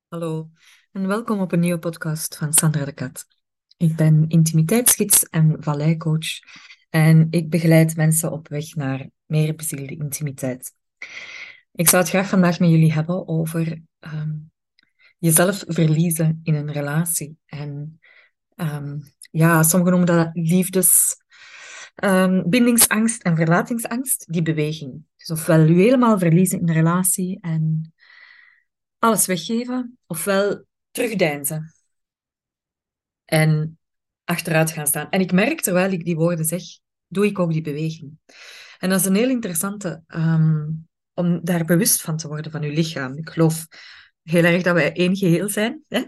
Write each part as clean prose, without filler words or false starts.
Hallo en welkom op een nieuwe podcast van Sandra de Kat. Ik ben intimiteitsgids en valleicoach en ik begeleid mensen op weg naar meer bezielde intimiteit. Ik zou het graag vandaag met jullie hebben over jezelf verliezen in een relatie. En ja, sommigen noemen dat bindingsangst en verlatingsangst, die beweging. Dus ofwel u helemaal verliezen in een relatie en alles weggeven, ofwel terugdeinzen en achteruit gaan staan. En ik merk, terwijl ik die woorden zeg, doe ik ook die beweging. En dat is een heel interessante, om daar bewust van te worden van uw lichaam. Ik geloof heel erg dat wij één geheel zijn, hè?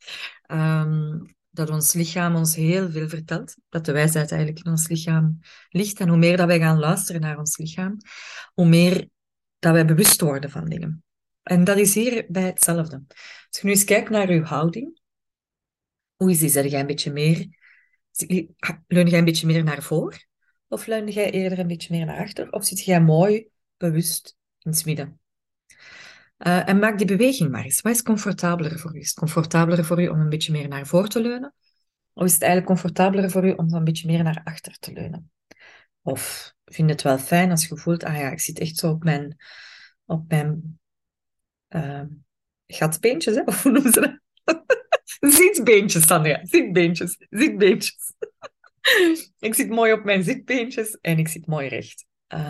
Dat ons lichaam ons heel veel vertelt, dat de wijsheid eigenlijk in ons lichaam ligt. En hoe meer dat wij gaan luisteren naar ons lichaam, hoe meer dat wij bewust worden van dingen. En dat is hier bij hetzelfde. Als je nu eens kijkt naar uw houding, hoe is die? Zeg jij een beetje meer, leun jij een beetje meer naar voor? Of leun jij eerder een beetje meer naar achter? Of zit jij mooi bewust in het midden? En maak die beweging maar eens. Wat is comfortabeler voor u? Is het comfortabeler voor u om een beetje meer naar voor te leunen? Of is het eigenlijk comfortabeler voor u om een beetje meer naar achter te leunen? Of vind je het wel fijn als je voelt, ah ja, ik zit echt zo op mijn uh, gatbeentjes, hè? Of hoe noemen ze dat? Zitbeentjes, Sandra. Zitbeentjes. Zitbeentjes. Ik zit mooi op mijn zitbeentjes en ik zit mooi recht.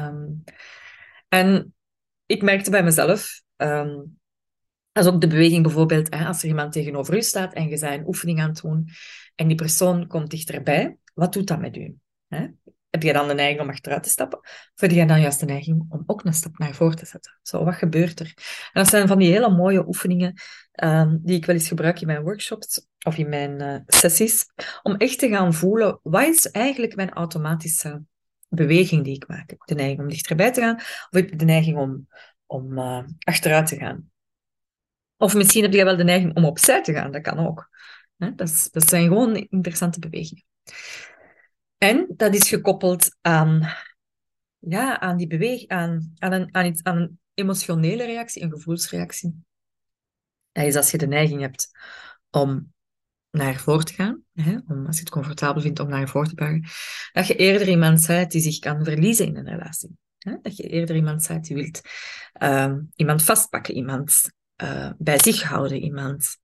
En ik merkte bij mezelf, als ook de beweging bijvoorbeeld, hè, als er iemand tegenover u staat en je bent een oefening aan het doen en die persoon komt dichterbij, wat doet dat met u? Hè? Heb je dan de neiging om achteruit te stappen? Of heb je dan juist de neiging om ook een stap naar voren te zetten? Zo, wat gebeurt er? En dat zijn van die hele mooie oefeningen die ik wel eens gebruik in mijn workshops of in mijn sessies, om echt te gaan voelen, wat is eigenlijk mijn automatische beweging die ik maak? Heb ik de neiging om dichterbij te gaan of heb ik de neiging om achteruit te gaan? Of misschien heb je wel de neiging om opzij te gaan, dat kan ook. Dat zijn gewoon interessante bewegingen. En dat is gekoppeld aan, ja, aan die beweging, aan een emotionele reactie, een gevoelsreactie. Dat is als je de neiging hebt om naar voren te gaan, als je het comfortabel vindt om naar voren te buigen, dat je eerder iemand bent die zich kan verliezen in een relatie. Dat je eerder iemand bent die wilt iemand vastpakken, iemand bij zich houden, iemand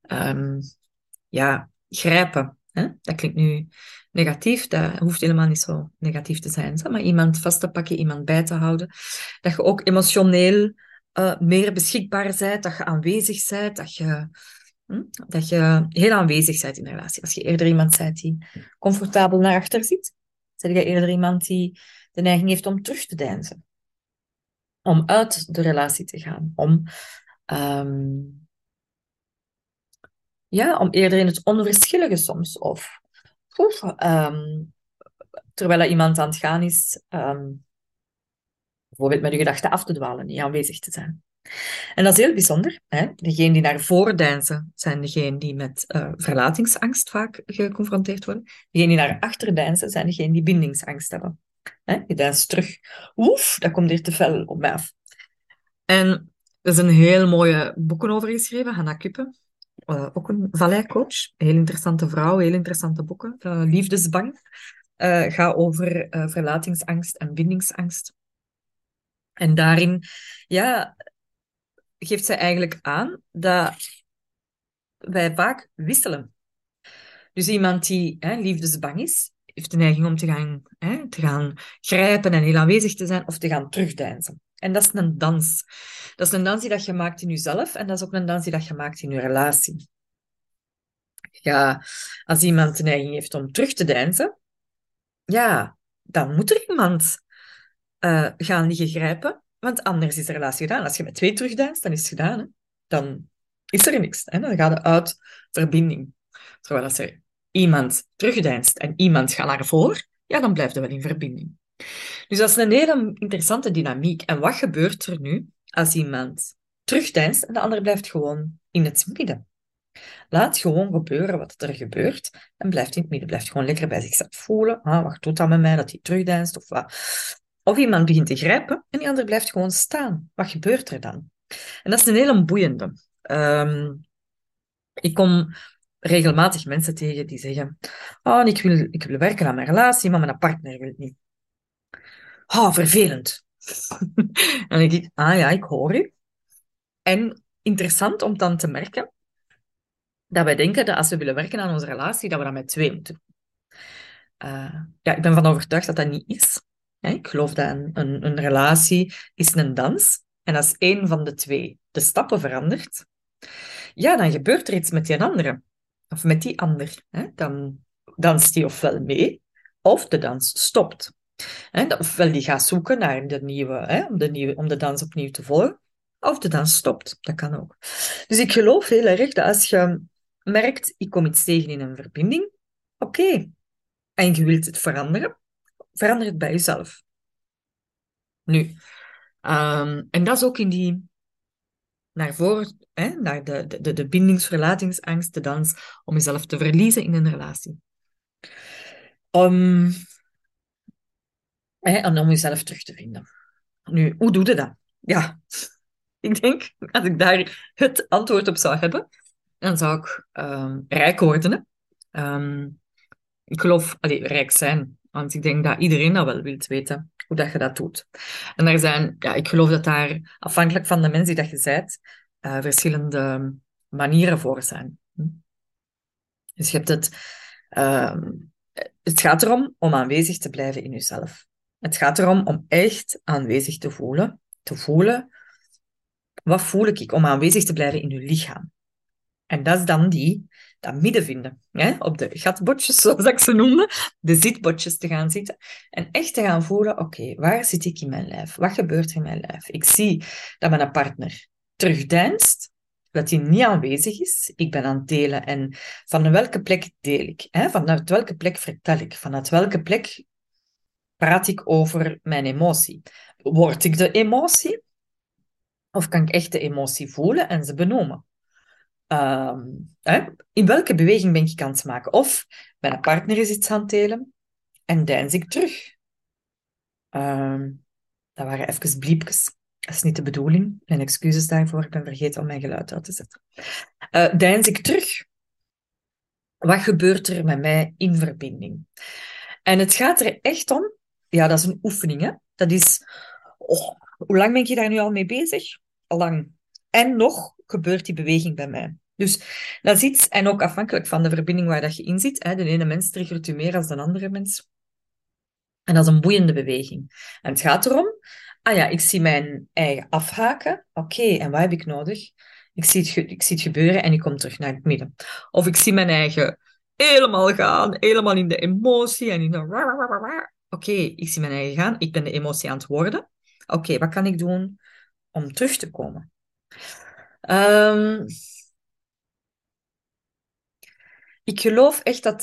ja, grijpen. Dat klinkt nu negatief, dat hoeft helemaal niet zo negatief te zijn. Maar iemand vast te pakken, iemand bij te houden. Dat je ook emotioneel meer beschikbaar bent, dat je aanwezig bent, dat je heel aanwezig bent in een relatie. Als je eerder iemand bent die comfortabel naar achter zit, ben je eerder iemand die de neiging heeft om terug te deinzen. Om uit de relatie te gaan. Om eerder in het onverschillige soms. Of terwijl er iemand aan het gaan is, bijvoorbeeld met je gedachten af te dwalen, niet aanwezig te zijn. En dat is heel bijzonder. Hè? Degenen die naar voren deinzen, zijn degenen die met verlatingsangst vaak geconfronteerd worden. Degenen die naar achter deinzen, zijn degenen die bindingsangst hebben. Hè? Je deinst terug. Oef, dat komt hier te fel op mij af. En er zijn heel mooie boeken over geschreven. Hannah Kuppen, ook een valleicoach. Heel interessante vrouw, heel interessante boeken. Liefdesbang. Gaat over verlatingsangst en bindingsangst. En daarin, ja, geeft zij eigenlijk aan dat wij vaak wisselen. Dus iemand die liefdesbang is, heeft de neiging om te gaan grijpen en heel aanwezig te zijn of te gaan terugdeinzen. En dat is een dans. Dat is een dans die dat je maakt in jezelf en dat is ook een dans die dat je maakt in je relatie. Ja, als iemand de neiging heeft om terug te deinzen, ja, dan moet er iemand gaan liggen grijpen, want anders is de relatie gedaan. Als je met twee terugdeinst, dan is het gedaan. Hè? Dan is er niks. Hè? Dan gaat het uit verbinding. Terwijl als er iemand terugdeinst en iemand gaat naar voren, ja, dan blijft er wel in verbinding. Dus dat is een hele interessante dynamiek. En wat gebeurt er nu als iemand terugdeinst en de ander blijft gewoon in het midden? Laat gewoon gebeuren wat er gebeurt en blijft in het midden. Blijft gewoon lekker bij zichzelf voelen. Ah, wat doet dat met mij dat hij terugdeinst of wat? Of iemand begint te grijpen en die ander blijft gewoon staan. Wat gebeurt er dan? En dat is een hele boeiende. Ik kom regelmatig mensen tegen die zeggen, oh, ik wil werken aan mijn relatie, maar mijn partner wil het niet. Oh, vervelend. En dan denk ik, ah ja, ik hoor u. En interessant om dan te merken dat wij denken dat als we willen werken aan onze relatie, dat we dat met twee moeten doen. Ja, ik ben van overtuigd dat dat niet is. Ik geloof dat een relatie is een dans. En als één van de twee de stappen verandert, ja, dan gebeurt er iets met die andere. Of met die ander. Dan danst die ofwel mee, of de dans stopt. Ofwel die gaat zoeken naar de nieuwe, om de dans opnieuw te volgen, of de dans stopt. Dat kan ook. Dus ik geloof heel erg dat als je merkt, ik kom iets tegen in een verbinding, oké, en je wilt het veranderen, verander het bij jezelf. Nu, en dat is ook in die naar voren, naar de bindingsverlatingsangst, de dans, om jezelf te verliezen in een relatie. En om jezelf terug te vinden. Nu, hoe doe je dat? Ja, ik denk, als ik daar het antwoord op zou hebben, dan zou ik rijk worden. Ik geloof, rijk zijn, want ik denk dat iedereen dat wel wil weten, hoe dat je dat doet. En ik geloof dat daar, afhankelijk van de mens die dat je bent, verschillende manieren voor zijn. Dus je hebt het gaat erom om aanwezig te blijven in jezelf. Het gaat erom om echt aanwezig te voelen. Te voelen, wat voel ik? Om aanwezig te blijven in je lichaam. En dat is dan dat midden vinden. Op de gatbotjes, zoals ik ze noemde. De zitbotjes te gaan zitten. En echt te gaan voelen, oké, waar zit ik in mijn lijf? Wat gebeurt er in mijn lijf? Ik zie dat mijn partner terugdeinst, dat hij niet aanwezig is. Ik ben aan het delen. En van welke plek deel ik? Vanuit welke plek vertel ik? Vanuit welke plek praat ik over mijn emotie? Word ik de emotie? Of kan ik echt de emotie voelen en ze benoemen? In welke beweging ben ik aan het maken? Of mijn partner is iets aan het delen en deins ik terug. Dat waren even bliepjes. Dat is niet de bedoeling. Mijn excuses daarvoor. Ik ben vergeten om mijn geluid uit te zetten. Deins ik terug. Wat gebeurt er met mij in verbinding? En het gaat er echt om. Ja, dat is een oefening. Hè? Dat is... hoe lang ben je daar nu al mee bezig? Al lang. En nog gebeurt die beweging bij mij. Dus dat is iets, en ook afhankelijk van de verbinding waar dat je in zit. De ene mens triggert u meer dan de andere mens. En dat is een boeiende beweging. En het gaat erom, ik zie mijn eigen afhaken. Oké, en wat heb ik nodig? Ik zie het gebeuren en ik kom terug naar het midden. Of ik zie mijn eigen helemaal gaan, helemaal in de emotie en in de... Oké, ik zie mijn eigen gaan, ik ben de emotie aan het worden. Oké, wat kan ik doen om terug te komen? Ik geloof echt dat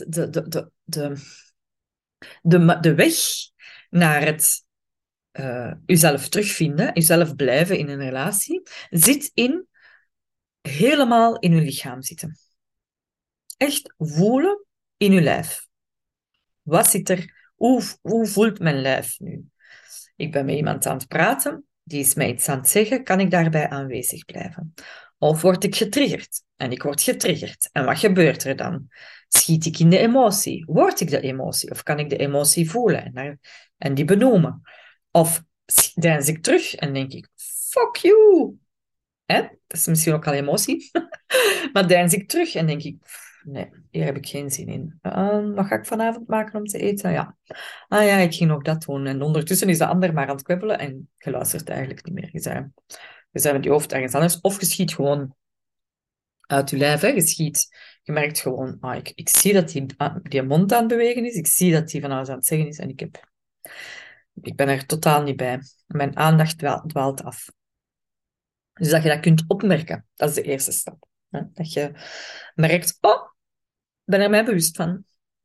de weg naar het uzelf terugvinden, uzelf blijven in een relatie, zit in helemaal in uw lichaam zitten. Echt voelen in uw lijf. Wat zit er? Hoe voelt mijn lijf nu? Ik ben met iemand aan het praten, die is mij iets aan het zeggen, kan ik daarbij aanwezig blijven? Of word ik getriggerd? En ik word getriggerd. En wat gebeurt er dan? Schiet ik in de emotie? Word ik de emotie? Of kan ik de emotie voelen en die benoemen? Of deins ik terug en denk ik, fuck you. Dat is misschien ook al emotie. Maar deins ik terug en denk ik, nee, hier heb ik geen zin in. Wat ga ik vanavond maken om te eten? Ja. Ah ja, ik ging ook dat doen. En ondertussen is de ander maar aan het kwebbelen en je luistert eigenlijk niet meer. Je bent met je hoofd ergens anders. Of je schiet gewoon uit je lijf. Hè. Je merkt gewoon, ik zie dat die mond aan het bewegen is. Ik zie dat die van alles aan het zeggen is. En ik ben er totaal niet bij. Mijn aandacht dwaalt af. Dus dat je dat kunt opmerken, dat is de eerste stap. Hè? Dat je merkt, ik ben er mij bewust van.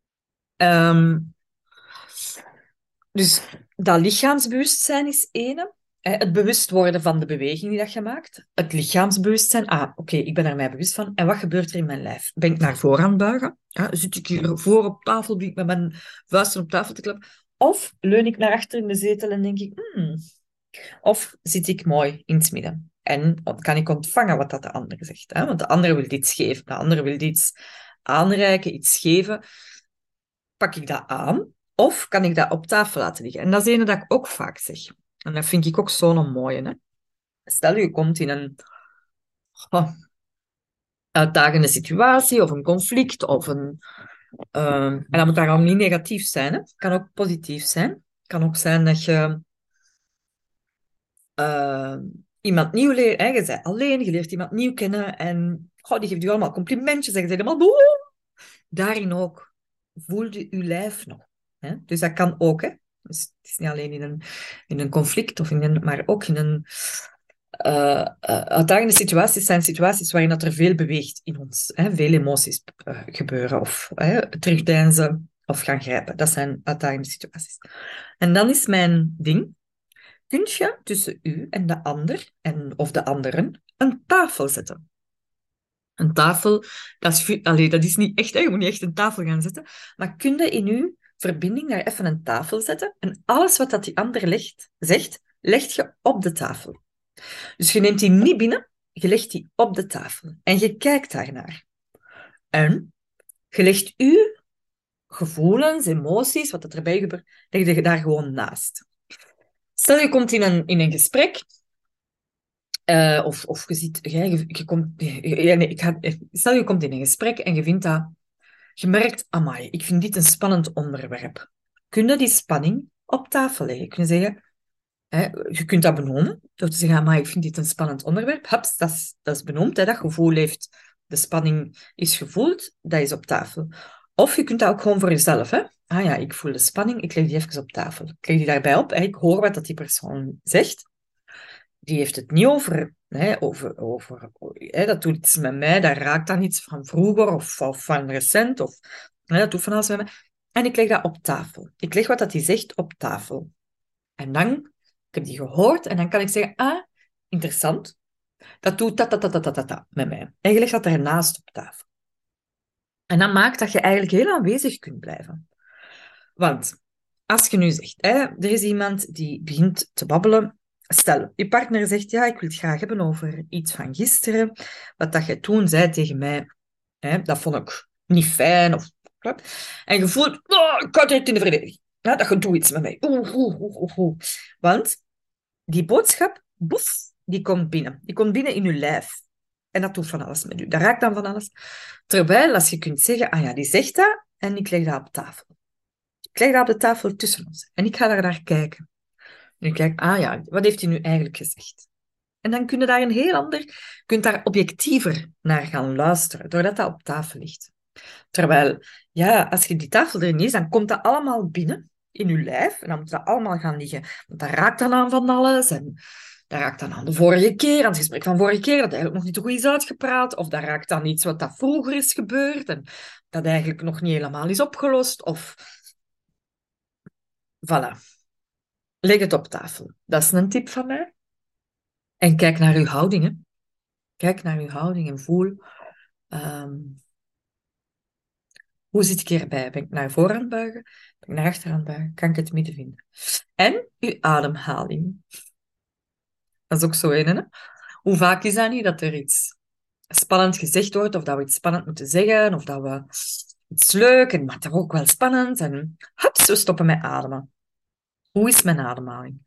Dus dat lichaamsbewustzijn is ene. Het bewust worden van de beweging die dat je maakt. Het lichaamsbewustzijn. Oké, ik ben er mij bewust van. En wat gebeurt er in mijn lijf? Ben ik naar voren aan het buigen? Zit ik hier voor op tafel, ben ik met mijn vuisten op tafel te klappen? Of leun ik naar achter in de zetel en denk ik, Of zit ik mooi in het midden? En kan ik ontvangen wat dat de ander zegt. Hè? Want de andere wil iets geven, de andere wil iets aanreiken, iets geven. Pak ik dat aan of kan ik dat op tafel laten liggen? En dat is ene dat ik ook vaak zeg. En dat vind ik ook zo'n mooie. Hè? Stel, je komt in een oh, uitdagende situatie of een conflict of een... en dat moet daarom niet negatief zijn. Hè? Het kan ook positief zijn. Het kan ook zijn dat je uh, iemand nieuw leert. Hè? Je bent alleen, je leert iemand nieuw kennen en die geeft je allemaal complimentjes en je zegt helemaal... Boe! Daarin ook voelde je lijf nog. Hè? Dus dat kan ook. Hè? Dus het is niet alleen in een conflict, maar ook in een uitdagende situaties zijn situaties waarin dat er veel beweegt in ons. Hè? Veel emoties gebeuren of terugdeinzen of gaan grijpen. Dat zijn uitdagende situaties. En dan is mijn ding, kun je tussen u en de ander of de anderen een tafel zetten? Een tafel, dat is niet echt, hè? Je moet niet echt een tafel gaan zetten, maar kun je in uw verbinding daar even een tafel zetten en alles wat dat die ander zegt, legt je op de tafel. Dus je neemt die niet binnen, je legt die op de tafel en je kijkt daarnaar. En je legt uw gevoelens, emoties, wat er erbij gebeurt, leg je daar gewoon naast. Stel je komt in een gesprek, of je ziet, je komt, stel je komt in een gesprek en je vindt dat, je merkt, amai, ik vind dit een spannend onderwerp. Kun je die spanning op tafel leggen? Kun je zeggen, je kunt dat benoemen, door te zeggen, amai, ik vind dit een spannend onderwerp. Haps, dat is benoemd, hè, dat gevoel heeft, de spanning is gevoeld, dat is op tafel. Of je kunt dat ook gewoon voor jezelf, hè. Ah ja, ik voel de spanning, ik leg die even op tafel. Ik leg die daarbij op, hè, ik hoor wat dat die persoon zegt. Die heeft het niet over, dat doet iets met mij, dat raakt dan iets van vroeger of van recent, of dat doet van alles met mij. En ik leg dat op tafel. Ik leg wat dat die zegt op tafel. En dan, ik heb die gehoord, en dan kan ik zeggen, interessant, dat doet dat met mij. En je legt dat ernaast op tafel. En dat maakt dat je eigenlijk heel aanwezig kunt blijven. Want als je nu zegt, er is iemand die begint te babbelen. Stel, je partner zegt, ja, ik wil het graag hebben over iets van gisteren. Wat dat je toen zei tegen mij, dat vond ik niet fijn. En je voelt, ik ga direct in de verdediging. Ja, dat je doet iets met mij. Want die boodschap, boef, die komt binnen. Die komt binnen in je lijf. En dat doet van alles met u. Dat raakt dan van alles. Terwijl, als je kunt zeggen, ja, die zegt dat en ik leg dat op tafel. Ik leg dat op de tafel tussen ons. En ik ga daar naar kijken. En ik kijk, ja, wat heeft hij nu eigenlijk gezegd? En dan kun je daar kunt daar objectiever naar gaan luisteren, doordat dat op tafel ligt. Terwijl, ja, als je die tafel er niet is, dan komt dat allemaal binnen in je lijf. En dan moet dat allemaal gaan liggen. Want dat raakt dan aan van alles. En dat raakt dan aan de vorige keer, aan het gesprek van vorige keer, dat eigenlijk nog niet goed is uitgepraat. Of dat raakt aan iets wat dat vroeger is gebeurd. En dat eigenlijk nog niet helemaal is opgelost. Of, voilà. Leg het op tafel. Dat is een tip van mij. En kijk naar uw houdingen. Kijk naar uw houding en voel... hoe zit ik hierbij? Ben ik naar voren aan het buigen? Ben ik naar achter aan het buigen? Kan ik het midden vinden? En uw ademhaling. Dat is ook zo een, hè? Hoe vaak is dat niet dat er iets spannend gezegd wordt, of dat we iets spannend moeten zeggen, of dat we iets leuk, en maar toch ook wel spannend, en hups, we stoppen met ademen. Hoe is mijn ademhaling?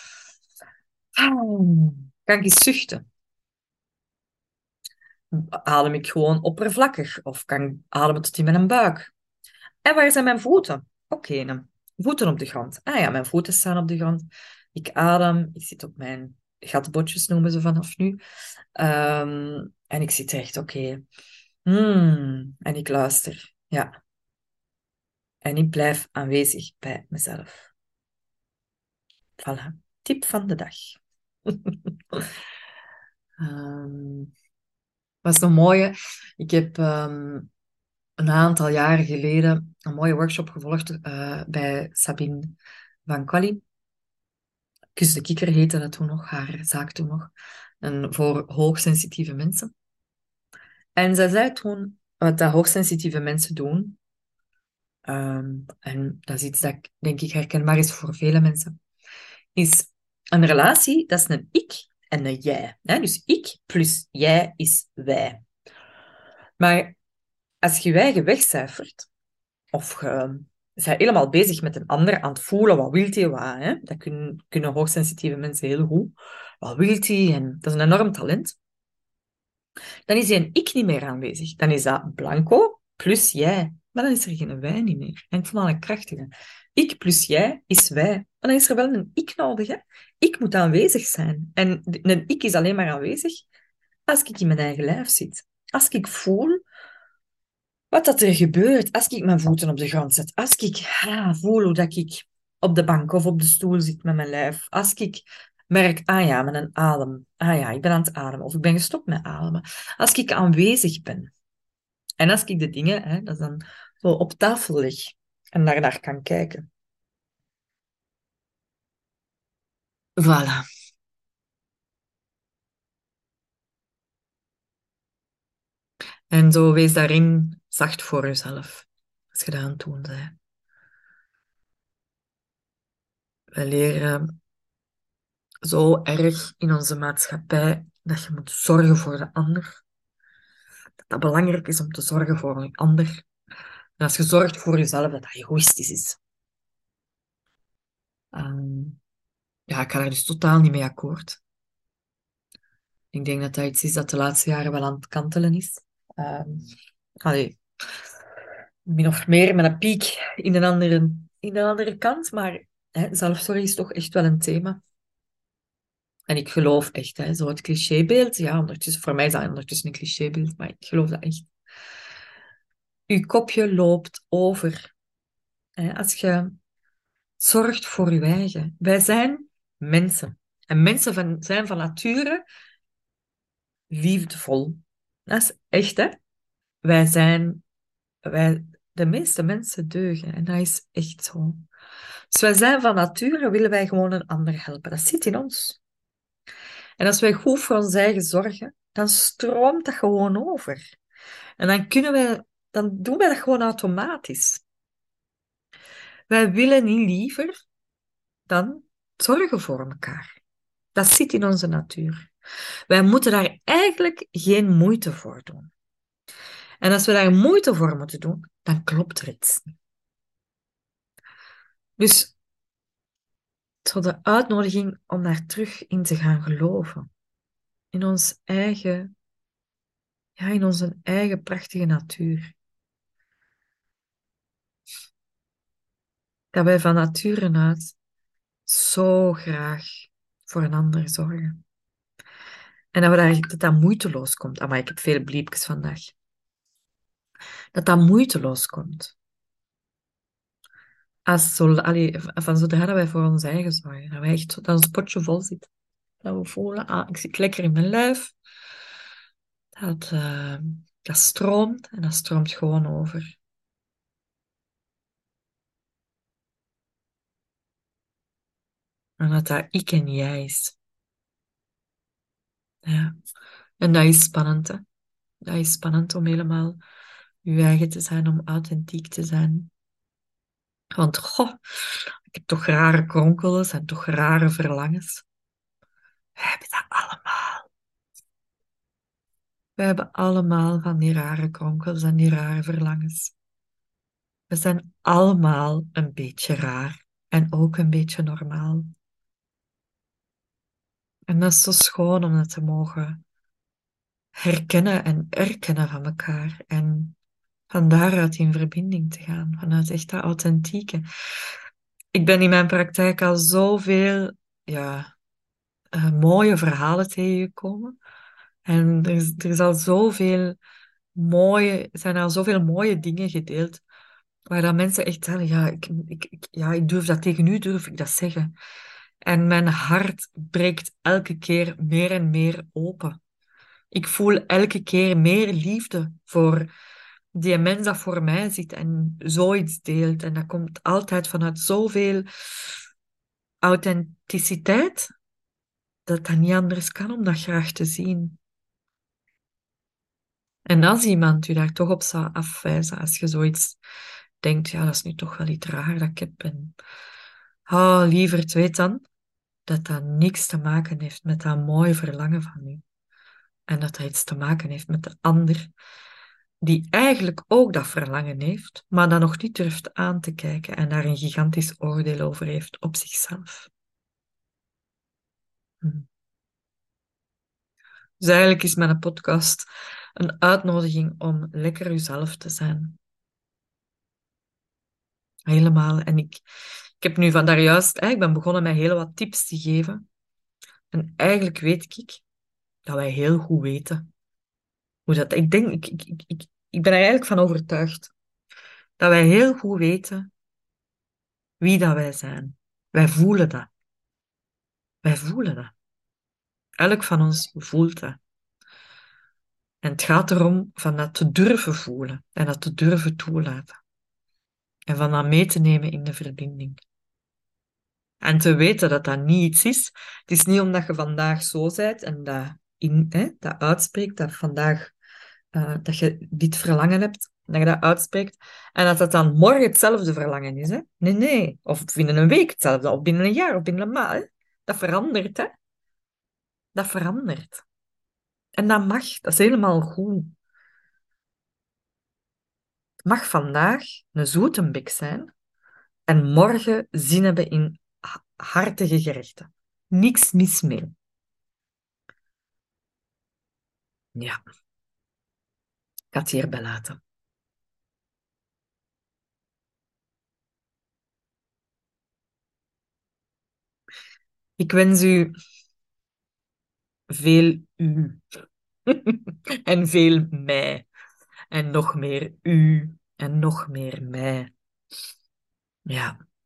Kan ik eens zuchten? Adem ik gewoon oppervlakkig, of kan ik ademen tot in mijn buik? En waar zijn mijn voeten? Oké, voeten op de grond. Ja, mijn voeten staan op de grond. Ik adem, ik zit op mijn gatbotjes, noemen ze vanaf nu. En ik zit recht, oké. En ik luister, ja. En ik blijf aanwezig bij mezelf. Voilà, tip van de dag. Dat is een mooie. Ik heb een aantal jaren geleden een mooie workshop gevolgd bij Sabine van Quali. Kus de Kikker heette dat toen nog, haar zaak toen nog. En voor hoogsensitieve mensen. En zij zei toen, wat dat hoogsensitieve mensen doen, en dat is iets dat denk ik herkenbaar is voor vele mensen, is een relatie, dat is een ik en een jij. Hè? Dus ik plus jij is wij. Maar als je je eigen wegcijfert, of je bent helemaal bezig met een ander aan het voelen, wat wil hij, wat, hè? Dat kunnen hoogsensitieve mensen heel goed. Wat wil hij? En dat is een enorm talent. Dan is die een ik niet meer aanwezig. Dan is dat blanco plus jij. Maar dan is er geen wij niet meer. En ik vond dat een krachtige. Ik plus jij is wij. Maar dan is er wel een ik nodig. Hè? Ik moet aanwezig zijn. En een ik is alleen maar aanwezig als ik in mijn eigen lijf zit. Als ik voel wat dat er gebeurt. Als ik mijn voeten op de grond zet. Als ik voel hoe dat ik op de bank of op de stoel zit met mijn lijf. Als ik merk, ja, met een adem. Ja, ik ben aan het ademen. Of ik ben gestopt met ademen. Als ik aanwezig ben. En als ik de dingen, dat is dan zo op tafel leg en daarnaar kan kijken. Voilà. En zo wees daarin zacht voor jezelf. Als je dat aan het doen bent. We leren zo erg in onze maatschappij dat je moet zorgen voor de ander. Dat het belangrijk is om te zorgen voor een ander. En als je zorgt voor jezelf, dat dat egoïstisch is. Ja, ik ga daar dus totaal niet mee akkoord. Ik denk dat dat iets is dat de laatste jaren wel aan het kantelen is. Allee, min of meer met een piek in een andere kant, maar zelfzorg is toch echt wel een thema. En ik geloof echt, zo het clichébeeld, ja, ondertussen, voor mij is dat ondertussen een clichébeeld, maar ik geloof dat echt. Uw kopje loopt over. Als je zorgt voor je eigen. Wij zijn mensen. En mensen zijn van nature liefdevol. Dat is echt, hè. De meeste mensen deugen. En dat is echt zo. Dus wij zijn van nature, willen wij gewoon een ander helpen. Dat zit in ons. En als wij goed voor ons eigen zorgen, dan stroomt dat gewoon over. En dan doen wij dat gewoon automatisch. Wij willen niet liever dan zorgen voor elkaar. Dat zit in onze natuur. Wij moeten daar eigenlijk geen moeite voor doen. En als we daar moeite voor moeten doen, dan klopt er iets niet. Dus zo de uitnodiging om daar terug in te gaan geloven. In in onze eigen prachtige natuur. Dat wij van nature uit zo graag voor een ander zorgen. En dat dat moeiteloos komt. Maar ik heb veel bliepjes vandaag. Dat dat moeiteloos komt. Van zodra dat wij voor ons eigen zorgen, dat wij echt dat ons potje vol zit. Dat we voelen, ik zit lekker in mijn lijf. Dat stroomt en dat stroomt gewoon over. En dat ik en jij is. Ja. En dat is spannend, hè. Dat is spannend om helemaal je eigen te zijn, om authentiek te zijn. Want, ik heb toch rare kronkels en toch rare verlangens. We hebben dat allemaal. We hebben allemaal van die rare kronkels en die rare verlangens. We zijn allemaal een beetje raar en ook een beetje normaal. En dat is zo schoon om dat te mogen herkennen en erkennen van elkaar. En van daaruit in verbinding te gaan, vanuit echt dat authentieke. Ik ben in mijn praktijk al zoveel mooie verhalen tegengekomen. En er is al zijn al zoveel mooie dingen gedeeld, waar dat mensen echt zeggen, ik durf dat tegen u, durf ik dat zeggen. En mijn hart breekt elke keer meer en meer open. Ik voel elke keer meer liefde voor die mens dat voor mij zit en zoiets deelt. En dat komt altijd vanuit zoveel authenticiteit, dat dat niet anders kan om dat graag te zien. En als iemand u daar toch op zou afwijzen, als je zoiets denkt, ja, dat is nu toch wel iets raar dat ik heb. En, lieverd, weet dan, dat dat niks te maken heeft met dat mooie verlangen van u. En dat dat iets te maken heeft met de ander, die eigenlijk ook dat verlangen heeft, maar dat nog niet durft aan te kijken en daar een gigantisch oordeel over heeft op zichzelf. Hm. Dus eigenlijk is mijn podcast een uitnodiging om lekker uzelf te zijn. Helemaal. En ik heb nu van daar juist, ik ben begonnen met heel wat tips te geven. En eigenlijk weet ik dat wij heel goed weten hoe dat. Ik denk, ik ben er eigenlijk van overtuigd dat wij heel goed weten wie dat wij zijn. Wij voelen dat. Wij voelen dat. Elk van ons voelt dat. En het gaat erom van dat te durven voelen en dat te durven toelaten. En van dat mee te nemen in de verbinding. En te weten dat dat niet iets is. Het is niet omdat je vandaag zo bent en dat uitspreekt, dat vandaag dat je dit verlangen hebt, dat je dat uitspreekt, en dat dat dan morgen hetzelfde verlangen is. Hè? Nee, nee. Of binnen een week hetzelfde, of binnen een jaar, of binnen een maand. Hè? Dat verandert, hè. Dat verandert. En dat mag, dat is helemaal goed. Het mag vandaag een zoetenbek zijn en morgen zin hebben in hartige gerechten. Niks mis mee. Ja, ik ga het hierbij laten. Ik wens u veel u. En veel mij. En nog meer u. En nog meer mij. Ja.